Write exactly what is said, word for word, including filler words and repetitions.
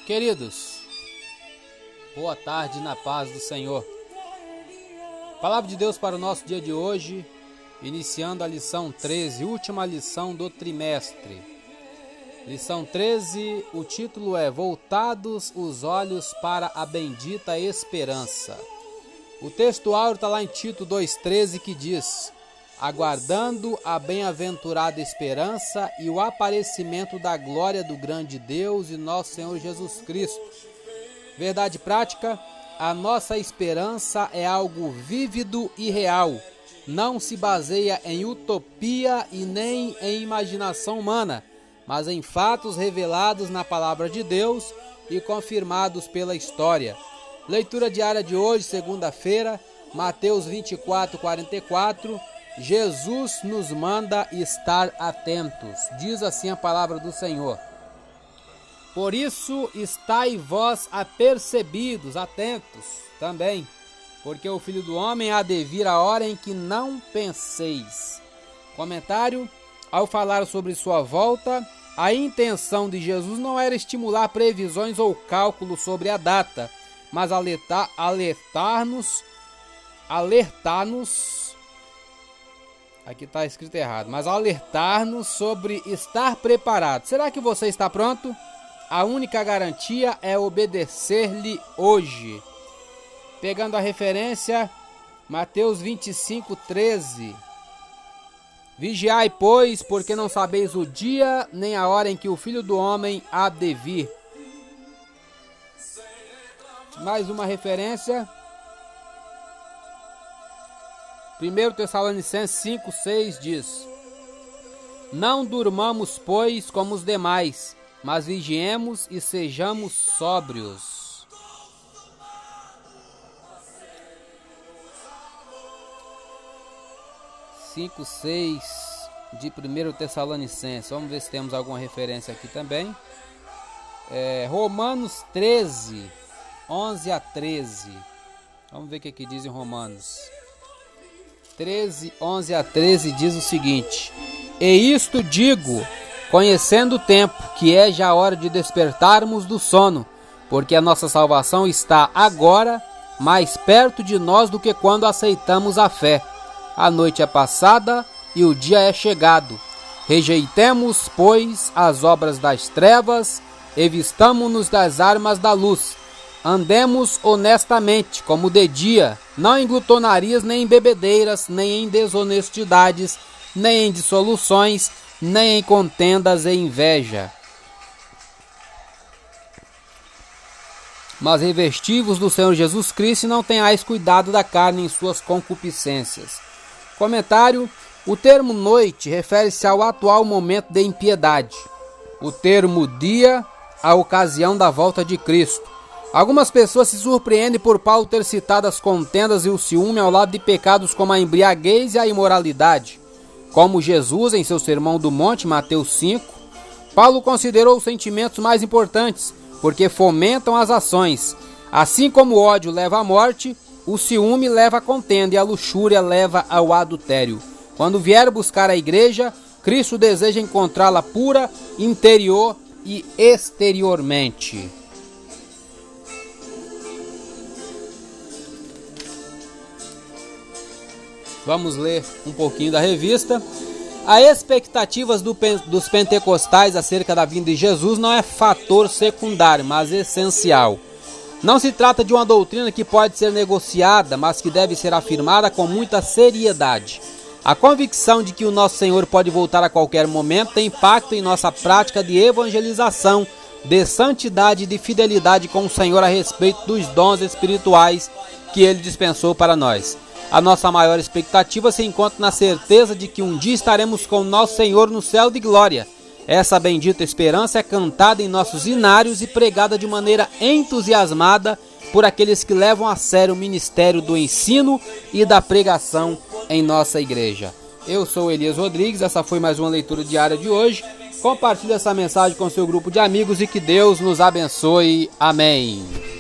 Queridos, boa tarde na paz do Senhor. Palavra de Deus para o nosso dia de hoje, iniciando a lição treze, última lição do trimestre. Lição treze, o título é Voltados os olhos para a bendita esperança. O texto áureo está lá em Tito dois, treze, que diz: aguardando a bem-aventurada esperança e o aparecimento da glória do grande Deus e nosso Senhor Jesus Cristo. Verdade prática, a nossa esperança é algo vívido e real. Não se baseia em utopia e nem em imaginação humana, mas em fatos revelados na palavra de Deus e confirmados pela história. Leitura diária de hoje, segunda-feira, Mateus vinte e quatro, quarenta e quatro. Jesus nos manda estar atentos. Diz assim a palavra do Senhor. Por isso, estai vós apercebidos, atentos também, porque o Filho do Homem há de vir a hora em que não penseis. Comentário: ao falar sobre sua volta, a intenção de Jesus não era estimular previsões ou cálculos sobre a data, mas alertar, alertar-nos, alertar-nos, aqui está escrito errado, mas alertar-nos sobre estar preparado. Será que você está pronto? A única garantia é obedecer-lhe hoje. Pegando a referência, Mateus vinte e cinco, treze. Vigiai, pois, porque não sabeis o dia nem a hora em que o Filho do Homem há de vir. Mais uma referência. primeiro Tessalonicenses cinco, seis diz: não durmamos, pois, como os demais, mas vigiemos e sejamos sóbrios. cinco, seis de primeiro Tessalonicenses. Vamos ver se temos alguma referência aqui também. É, Romanos treze, onze a treze. Vamos ver o que aqui diz em Romanos treze, onze a treze, diz o seguinte: e isto digo, conhecendo o tempo, que é já a hora de despertarmos do sono, porque a nossa salvação está agora mais perto de nós do que quando aceitamos a fé. A noite é passada e o dia é chegado. Rejeitemos, pois, as obras das trevas e vistamo-nos das armas da luz. Andemos honestamente, como de dia, não em glutonarias, nem em bebedeiras, nem em desonestidades, nem em dissoluções, nem em contendas e inveja. Mas revesti-vos do Senhor Jesus Cristo e não tenhais cuidado da carne em suas concupiscências. Comentário: o termo noite refere-se ao atual momento de impiedade. O termo dia, a ocasião da volta de Cristo. Algumas pessoas se surpreendem por Paulo ter citado as contendas e o ciúme ao lado de pecados como a embriaguez e a imoralidade. Como Jesus, em seu Sermão do Monte, Mateus cinco, Paulo considerou os sentimentos mais importantes, porque fomentam as ações. Assim como o ódio leva à morte, o ciúme leva à contenda e a luxúria leva ao adultério. Quando vier buscar a igreja, Cristo deseja encontrá-la pura, interior e exteriormente. Vamos ler um pouquinho da revista. As expectativas do, dos pentecostais acerca da vinda de Jesus não é fator secundário, mas essencial. Não se trata de uma doutrina que pode ser negociada, mas que deve ser afirmada com muita seriedade. A convicção de que o nosso Senhor pode voltar a qualquer momento tem impacto em nossa prática de evangelização, de santidade e de fidelidade com o Senhor a respeito dos dons espirituais que Ele dispensou para nós. A nossa maior expectativa se encontra na certeza de que um dia estaremos com o nosso Senhor no céu de glória. Essa bendita esperança é cantada em nossos inários e pregada de maneira entusiasmada por aqueles que levam a sério o ministério do ensino e da pregação em nossa igreja. Eu sou Elias Rodrigues, essa foi mais uma leitura diária de hoje. Compartilhe essa mensagem com seu grupo de amigos e que Deus nos abençoe. Amém.